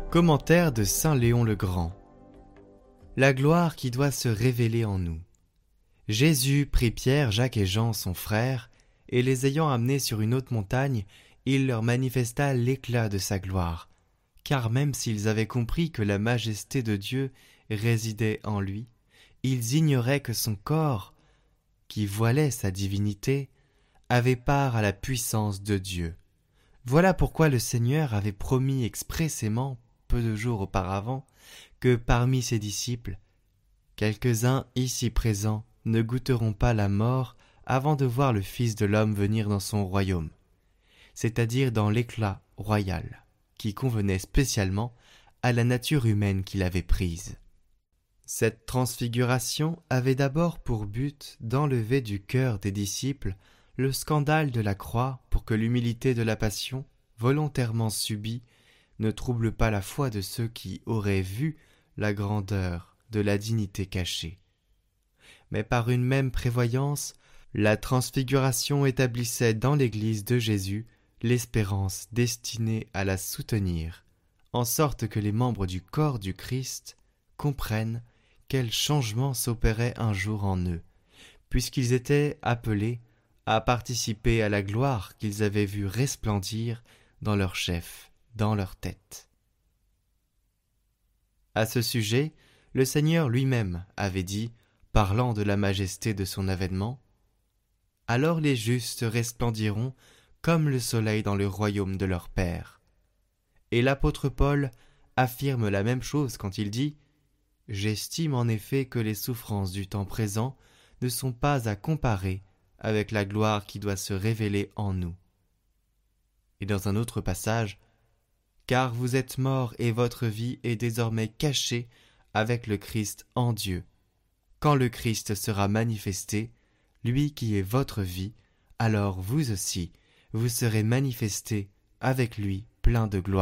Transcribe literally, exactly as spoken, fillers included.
Commentaire de saint Léon le Grand. La gloire qui doit se révéler en nous. Jésus prit Pierre, Jacques et Jean, son frère, et les ayant amenés sur une haute montagne, il leur manifesta l'éclat de sa gloire. Car même s'ils avaient compris que la majesté de Dieu résidait en lui, ils ignoraient que son corps, qui voilait sa divinité, avait part à la puissance de Dieu. Voilà pourquoi le Seigneur avait promis expressément, peu de jours auparavant, que parmi ses disciples, quelques-uns ici présents ne goûteront pas la mort avant de voir le Fils de l'homme venir dans son royaume, c'est-à-dire dans l'éclat royal, qui convenait spécialement à la nature humaine qu'il avait prise. Cette transfiguration avait d'abord pour but d'enlever du cœur des disciples le scandale de la croix pour que l'humilité de la passion, volontairement subie, ne trouble pas la foi de ceux qui auraient vu la grandeur de la dignité cachée. Mais par une même prévoyance, la transfiguration établissait dans l'Église de Jésus l'espérance destinée à la soutenir, en sorte que les membres du corps du Christ comprennent quel changement s'opérait un jour en eux, puisqu'ils étaient appelés à participer à la gloire qu'ils avaient vue resplendir dans leur chef, dans leur tête. À ce sujet, le Seigneur lui-même avait dit, parlant de la majesté de son avènement, « Alors les justes resplendiront comme le soleil dans le royaume de leur Père. » Et l'apôtre Paul affirme la même chose quand il dit « J'estime en effet que les souffrances du temps présent ne sont pas à comparer avec la gloire qui doit se révéler en nous. » Et dans un autre passage, « Car vous êtes morts et votre vie est désormais cachée avec le Christ en Dieu. Quand le Christ sera manifesté, lui qui est votre vie, alors vous aussi, vous serez manifestés avec lui plein de gloire. »